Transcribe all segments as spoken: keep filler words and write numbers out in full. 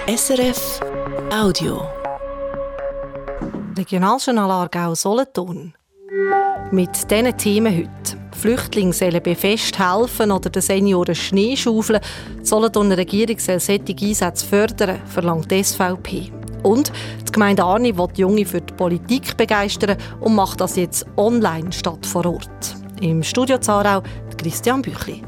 S R F Audio. Regionaljournal Aargau-Solothurn. Mit diesen Themen heute. Flüchtlinge sollen bei Fest helfen oder den Senioren Schnee schaufeln. Die Solothurner Regierung soll solche Einsätze fördern, verlangt die S V P. Und die Gemeinde Arni will die Junge für die Politik begeistern und macht das jetzt online statt vor Ort. Im Studio Zarau Christian Büchli.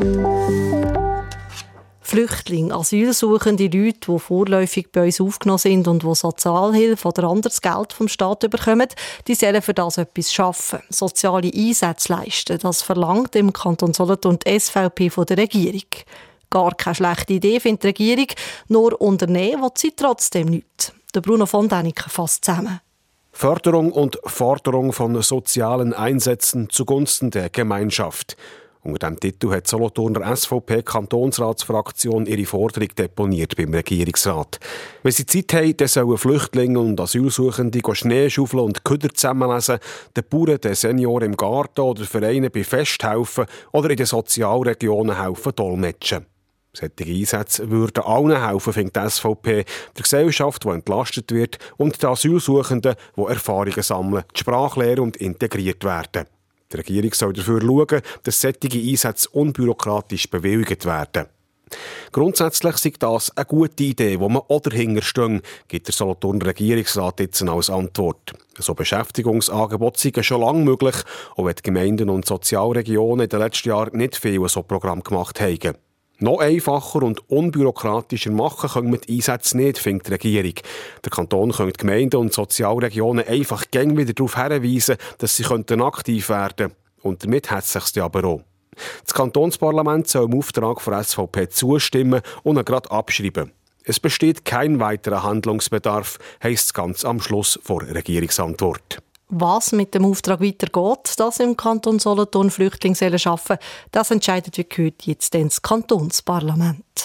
Flüchtlinge, Asylsuchende Leute, die vorläufig bei uns aufgenommen sind und die Sozialhilfe oder anderes Geld vom Staat bekommen, die sollen für das etwas schaffen, soziale Einsätze leisten. Das verlangt im Kanton Solothurn die S V P von der Regierung. Gar keine schlechte Idee, findet die Regierung, nur unternehmen will sie trotzdem nichts. Der Bruno von Däniken fasst zusammen. Förderung und Forderung von sozialen Einsätzen zugunsten der Gemeinschaft. Unter diesem Titel hat die Solothurner S V P-Kantonsratsfraktion ihre Forderung deponiert beim Regierungsrat. Wenn sie Zeit haben, dann sollen Flüchtlinge und Asylsuchende Schnee schaufeln und Köder zusammenlesen, den Bauern, den Senioren im Garten oder Vereinen bei Fest helfen oder in den Sozialregionen helfen dolmetschen. Solche Einsätze würden allen helfen, findet die S V P, der Gesellschaft, die entlastet wird, und den Asylsuchenden, die Erfahrungen sammeln, die Sprache lernen und integriert werden. Die Regierung soll dafür schauen, dass solche Einsätze unbürokratisch bewilligt werden. Grundsätzlich ist das eine gute Idee, wo man auch dahinter steht, gibt der Solothurner Regierungsrat jetzt als Antwort. So Beschäftigungsangebote sind schon lange möglich, auch wenn die Gemeinden und Sozialregionen in den letzten Jahren nicht viel so Programm gemacht haben. Noch einfacher und unbürokratischer machen können wir die Einsätze nicht, findet die Regierung. Der Kanton könnte die Gemeinden und Sozialregionen einfach gäng wieder darauf hinweisen, dass sie aktiv werden könnten. Und damit hat es sich aber auch. Das Kantonsparlament soll im Auftrag von S V P zustimmen und ihn gerade abschreiben. Es besteht kein weiterer Handlungsbedarf, heisst es ganz am Schluss der Regierungsantwort. Was mit dem Auftrag weitergeht, dass im Kanton Solothurn Flüchtlinge arbeiten sollen, das entscheidet wie gehört jetzt das Kantonsparlament.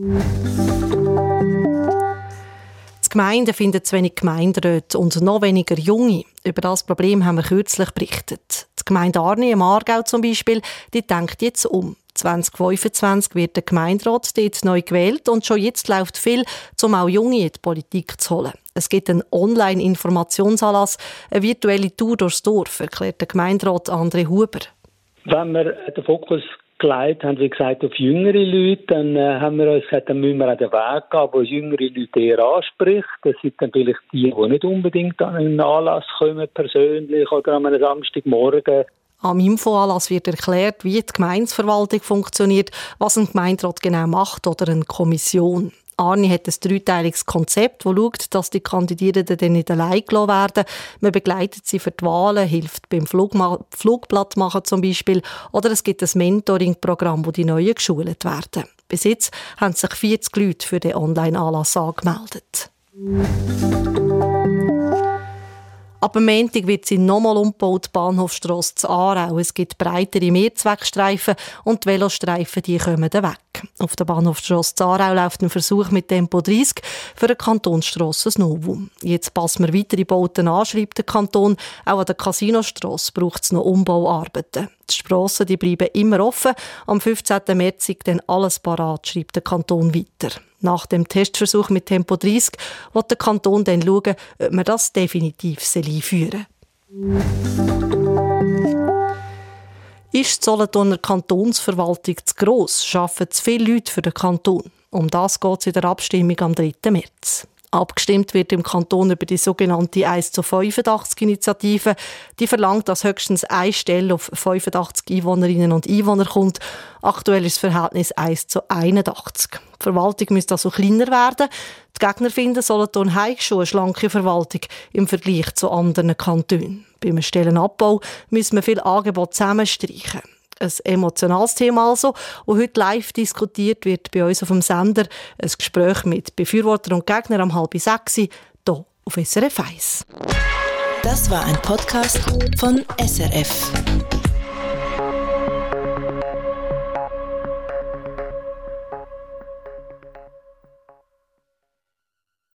Die Gemeinden finden zu wenig Gemeinderäte und noch weniger Junge. Über das Problem haben wir kürzlich berichtet. Die Gemeinde Arni im Aargau zum Beispiel, die denkt jetzt um. zwanzig fünfundzwanzig wird der Gemeinderat dort neu gewählt und schon jetzt läuft viel, um auch Junge in die Politik zu holen. Es gibt einen Online-Informationsanlass, eine virtuelle Tour durchs Dorf, erklärt der Gemeinderat André Huber. Wenn wir den Fokus gelegt haben, wie gesagt, auf jüngere Leute, dann äh, haben wir uns gesagt, dann müssen wir auch den Weg gehen, der jüngere Leute eher anspricht. Das sind dann vielleicht die, die nicht unbedingt an einen Anlass kommen, persönlich oder an einem Samstagmorgen. Am Infoanlass wird erklärt, wie die Gemeindeverwaltung funktioniert, was ein Gemeinderat genau macht oder eine Kommission. Arni hat ein dreiteiliges Konzept, das schaut, dass die Kandidierenden dann nicht allein gelassen werden. Man begleitet sie für die Wahlen, hilft beim Flugma- Flugblatt machen zum Beispiel. Oder es gibt ein Mentoring-Programm, wo die Neuen geschult werden. Bis jetzt haben sich vierzig Leute für den Online-Anlass angemeldet. Ab dem Montag wird sie nochmal umgebaut, die Bahnhofstrasse zu Aarau. Es gibt breitere Mehrzweckstreifen und die Velostreifen die kommen dann weg. Auf der Bahnhofstrasse zu Aarau läuft ein Versuch mit Tempo dreißig für eine Kantonsstrasse Novum. Jetzt passen wir weitere Bauten an, schreibt der Kanton. Auch an der Casinostrasse braucht es noch Umbauarbeiten. Die Strassen die bleiben immer offen. Am fünfzehnten März ist dann alles parat, schreibt der Kanton weiter. Nach dem Testversuch mit Tempo dreißig will der Kanton dann schauen, ob man das definitiv einführen soll. Ist die Solothurner Kantonsverwaltung zu gross? Arbeiten zu viele Leute für den Kanton? Um das geht es in der Abstimmung am dritten März. Abgestimmt wird im Kanton über die sogenannte eins zu fünfundachtzig-Initiative. Die verlangt, dass höchstens eine Stelle auf fünfundachtzig Einwohnerinnen und Einwohner kommt. Aktuell ist das Verhältnis eins zu einundachtzig. Die Verwaltung müsste also kleiner werden. Die Gegner finden, Solothurn habe schon eine schlanke Verwaltung im Vergleich zu anderen Kantonen. Beim Stellenabbau müssen wir viel Angebot zusammenstreichen. Ein emotionales Thema also, und heute live diskutiert wird bei uns auf dem Sender. Ein Gespräch mit Befürwortern und Gegnern am halb sechs, hier auf S R F eins. Das war ein Podcast von S R F.